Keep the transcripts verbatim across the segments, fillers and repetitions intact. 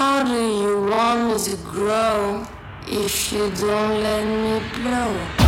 How do you want me to grow if you don't let me blow?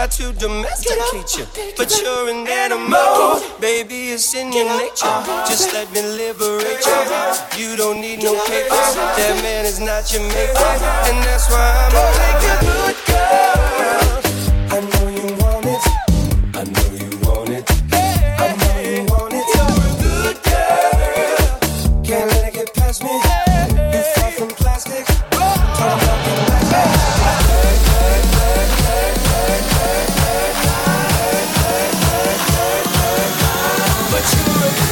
to domesticate you, but you're an animal. Baby, it's in your nature. Just let me liberate you. You don't need no papers. That man is not your maker, and that's why I'm gonna make you good, girl. I know you want it. I know you want it. I know you want it. You're a good girl. Can't let it get past me. You far from plastic. Talk about getting back. But you're a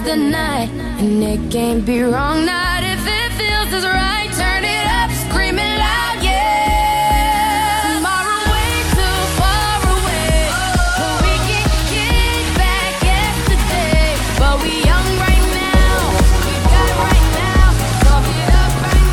the night, and it can't be wrong. Not if it feels as right. Turn it up, screaming loud, yeah. Tomorrow way too far away, but we can get back yesterday. But we young right now, we got right now. Talk it up right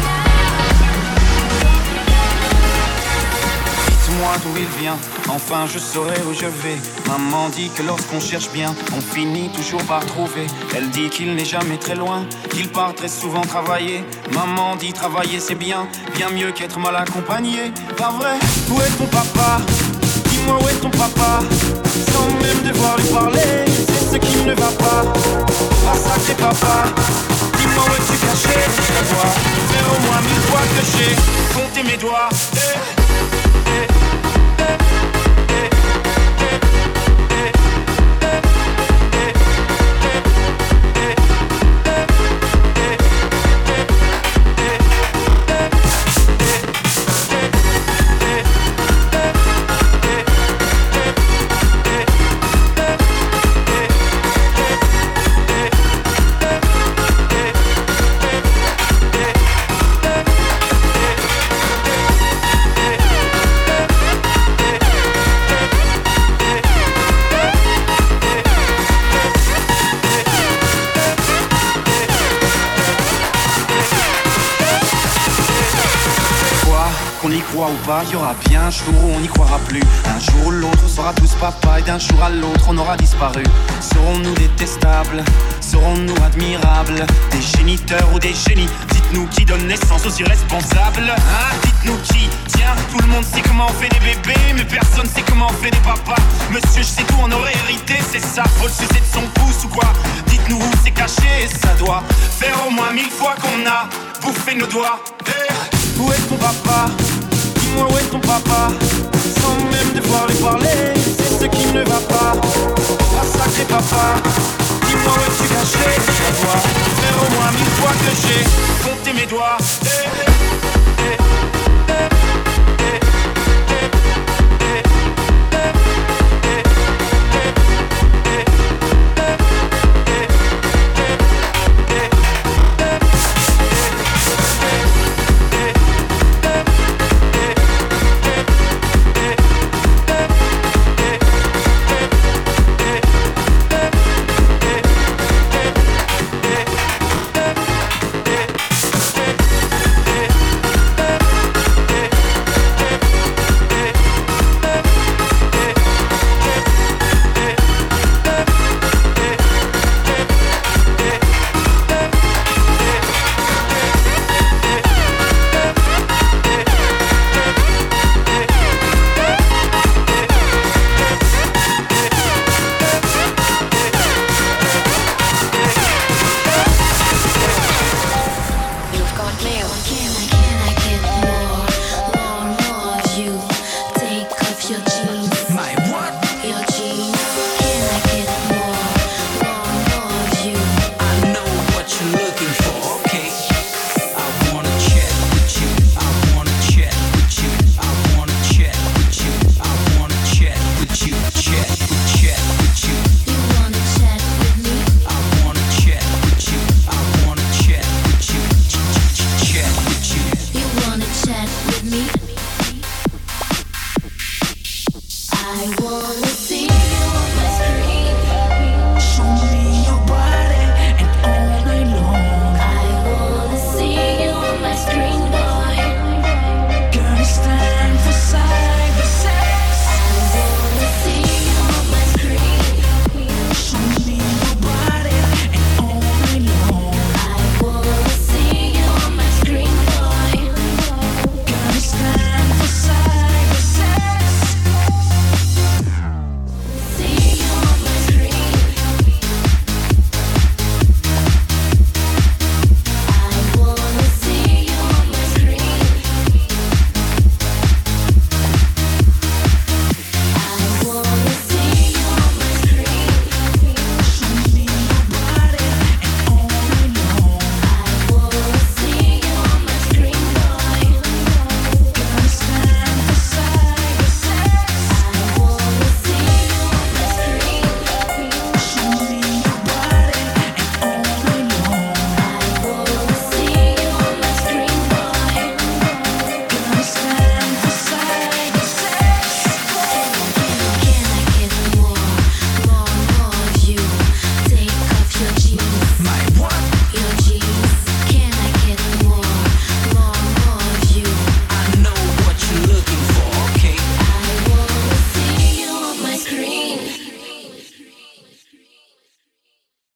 now. Dites-moi d'où il vient, enfin je saurai où je vais. Maman dit que lorsqu'on cherche bien, on finit toujours par trouver. Elle dit qu'il n'est jamais très loin, qu'il part très souvent travailler. Maman dit travailler c'est bien, bien mieux qu'être mal accompagné. Pas vrai? Où est ton papa? Dis-moi où est ton papa? Sans même devoir lui parler, c'est ce qui ne va pas. Ah sacré papa, dis-moi où es-tu caché? Je dois faire au moins mille fois que j'ai compté mes doigts. Eh. Ou pas, il y aura bien un jour où on n'y croira plus. Un jour ou l'autre on sera tous papa, et d'un jour à l'autre on aura disparu. Serons-nous détestables? Serons-nous admirables? Des géniteurs ou des génies? Dites-nous qui donne naissance aux irresponsables, hein? Dites-nous qui? Tiens, tout le monde sait comment on fait des bébés, mais personne sait comment on fait des papas. Monsieur, je sais tout, on aurait hérité, c'est ça, faut le sucer de son pouce ou quoi? Dites-nous où c'est caché, ça doit faire au moins mille fois qu'on a bouffé nos doigts. Hey, où est ton papa? Dis-moi où est ton papa? Sans même devoir lui parler, c'est ce qui ne va pas. Ah sacré papa, dis-moi où es-tu caché? Je dois faire au moins mille fois que j'ai compté mes doigts. Hey, hey, hey, hey, hey, My one